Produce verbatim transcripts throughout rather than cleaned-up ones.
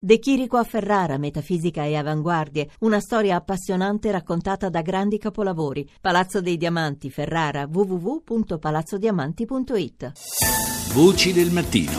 De Chirico a Ferrara, metafisica e avanguardie, una storia appassionante raccontata da grandi capolavori. Palazzo dei Diamanti, Ferrara, w w w punto palazzo diamanti punto it. Voci del mattino.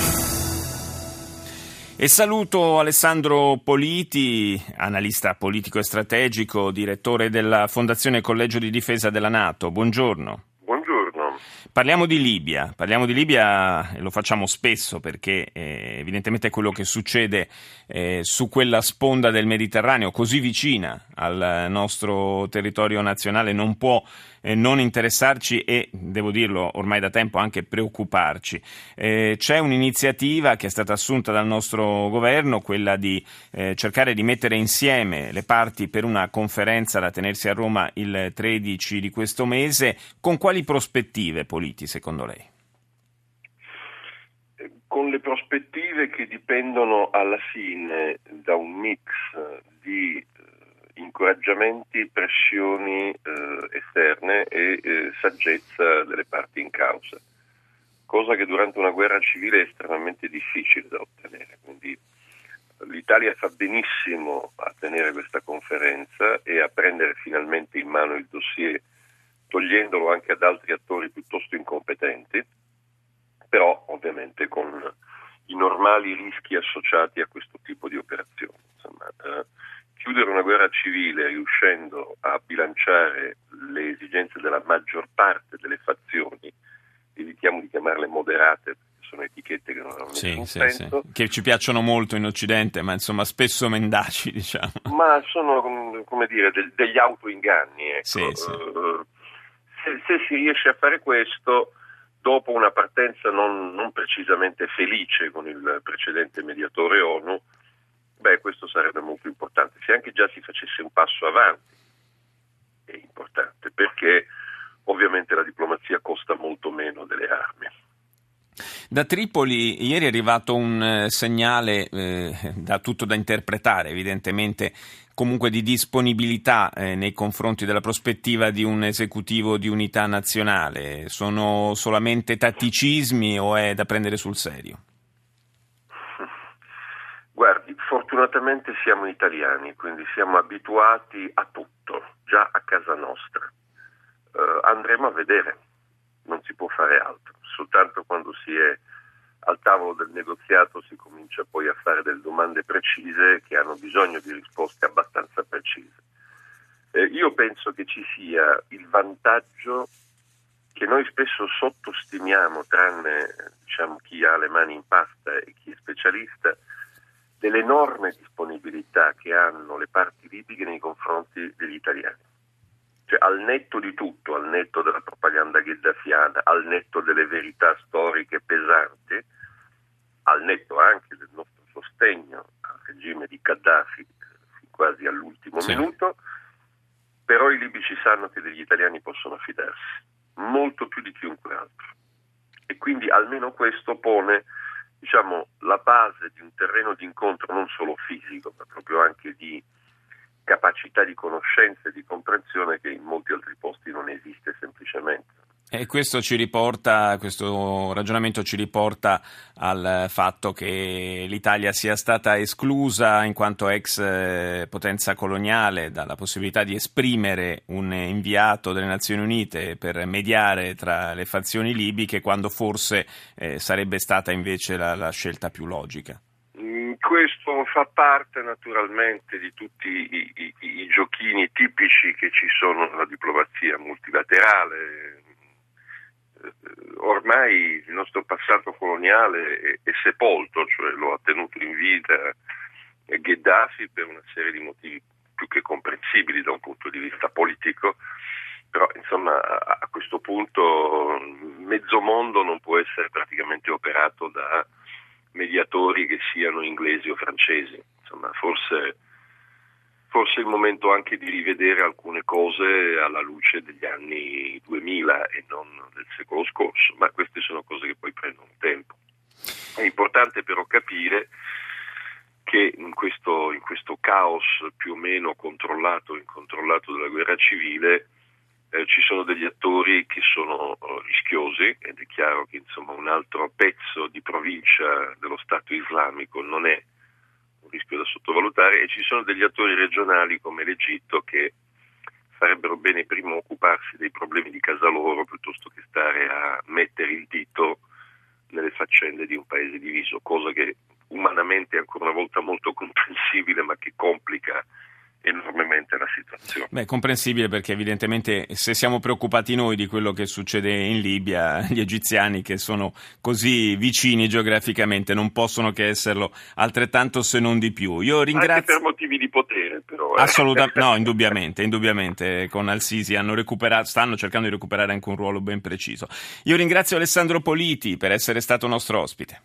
E saluto Alessandro Politi, analista politico e strategico, direttore della Fondazione Collegio di Difesa della NATO. Buongiorno. Parliamo di Libia, parliamo di Libia e lo facciamo spesso perché eh, evidentemente quello che succede eh, su quella sponda del Mediterraneo così vicina al nostro territorio nazionale non può eh, non interessarci e, devo dirlo, ormai da tempo anche preoccuparci. Eh, c'è un'iniziativa che è stata assunta dal nostro governo, quella di eh, cercare di mettere insieme le parti per una conferenza da tenersi a Roma il tredici di questo mese. Con quali prospettive, Politi, secondo lei? Con le prospettive che dipendono alla fine da un mix di eh, incoraggiamenti, pressioni eh, esterne e eh, saggezza delle parti in causa, cosa che durante una guerra civile è estremamente difficile da ottenere. Quindi l'Italia fa benissimo a tenere questa conferenza e a prendere finalmente in mano il dossier, togliendolo anche ad altri attori piuttosto incompetenti, però ovviamente con i normali rischi associati a questo tipo di operazioni. Insomma, eh, chiudere una guerra civile riuscendo a bilanciare le esigenze della maggior parte delle fazioni, evitiamo di chiamarle moderate, perché sono etichette che non hanno sì, nessun sì, senso. Sì. Che ci piacciono molto in Occidente, ma insomma spesso mendaci, diciamo. Ma sono, come dire, del, degli autoinganni, ecco. Sì, sì. Uh, se, se si riesce a fare questo, dopo una partenza non, non precisamente felice con il precedente mediatore ONU, beh, questo sarebbe molto importante. Se anche già si facesse un passo avanti, è importante, perché ovviamente la diplomazia costa molto meno delle armi. Da Tripoli ieri è arrivato un eh, segnale eh, da tutto da interpretare, evidentemente comunque di disponibilità eh, nei confronti della prospettiva di un esecutivo di unità nazionale. Sono solamente tatticismi o è da prendere sul serio? Guardi, fortunatamente siamo italiani, quindi siamo abituati a tutto, già a casa nostra. Uh, andremo a vedere, non si può fare altro. Soltanto quando si è al tavolo del negoziato si comincia poi a fare delle domande precise che hanno bisogno di risposte abbastanza precise. Eh, io penso che ci sia il vantaggio che noi spesso sottostimiamo, tranne diciamo chi ha le mani in pasta e chi è specialista, dell'enorme disponibilità che hanno le parti libiche nei confronti degli italiani. Cioè, al netto di tutto, al netto della propaganda gheddafiana, al netto delle verità storiche pesanti, al netto anche del nostro sostegno al regime di Gheddafi quasi all'ultimo sì. minuto, però i libici sanno che degli italiani possono fidarsi, molto più di chiunque altro. E quindi almeno questo pone, diciamo, la base di un terreno di incontro non solo fisico, ma proprio anche di capacità di conoscenza e di comprensione che in molti altri posti non esiste semplicemente. E questo ci riporta, questo ragionamento ci riporta al fatto che l'Italia sia stata esclusa in quanto ex eh, potenza coloniale dalla possibilità di esprimere un inviato delle Nazioni Unite per mediare tra le fazioni libiche, quando forse eh, sarebbe stata invece la, la scelta più logica. Questo fa parte naturalmente di tutti i, i, i giochini tipici che ci sono nella diplomazia multilaterale. Ormai il nostro passato coloniale è, è sepolto, cioè lo ha tenuto in vita Gheddafi per una serie di motivi più che comprensibili da un punto di vista politico, però insomma a, a questo punto mezzo mondo non può essere praticamente operato da mediatori che siano inglesi o francesi. Insomma, forse forse è il momento anche di rivedere alcune cose alla luce degli anni duemila e non del secolo scorso, ma queste sono cose che poi prendono tempo. È importante però capire che in questo, in questo caos più o meno controllato e incontrollato della guerra civile eh, ci sono degli attori che sono uh, rischiosi, ed è chiaro che insomma un altro pezzo di provincia dello Stato islamico non è fare, e ci sono degli attori regionali come l'Egitto che farebbero bene prima occuparsi dei problemi di casa loro piuttosto che stare a mettere il dito nelle faccende di un paese diviso, cosa che umanamente è ancora una volta molto comprensibile ma che complica enormemente la situazione. Beh, comprensibile, perché evidentemente se siamo preoccupati noi di quello che succede in Libia, gli egiziani, che sono così vicini geograficamente, non possono che esserlo altrettanto, se non di più. Io ringrazio... Anche per motivi di potere, però. Eh. Assolutamente, no, indubbiamente, indubbiamente con Al-Sisi hanno recuperato, stanno cercando di recuperare anche un ruolo ben preciso. Io ringrazio Alessandro Politi per essere stato nostro ospite.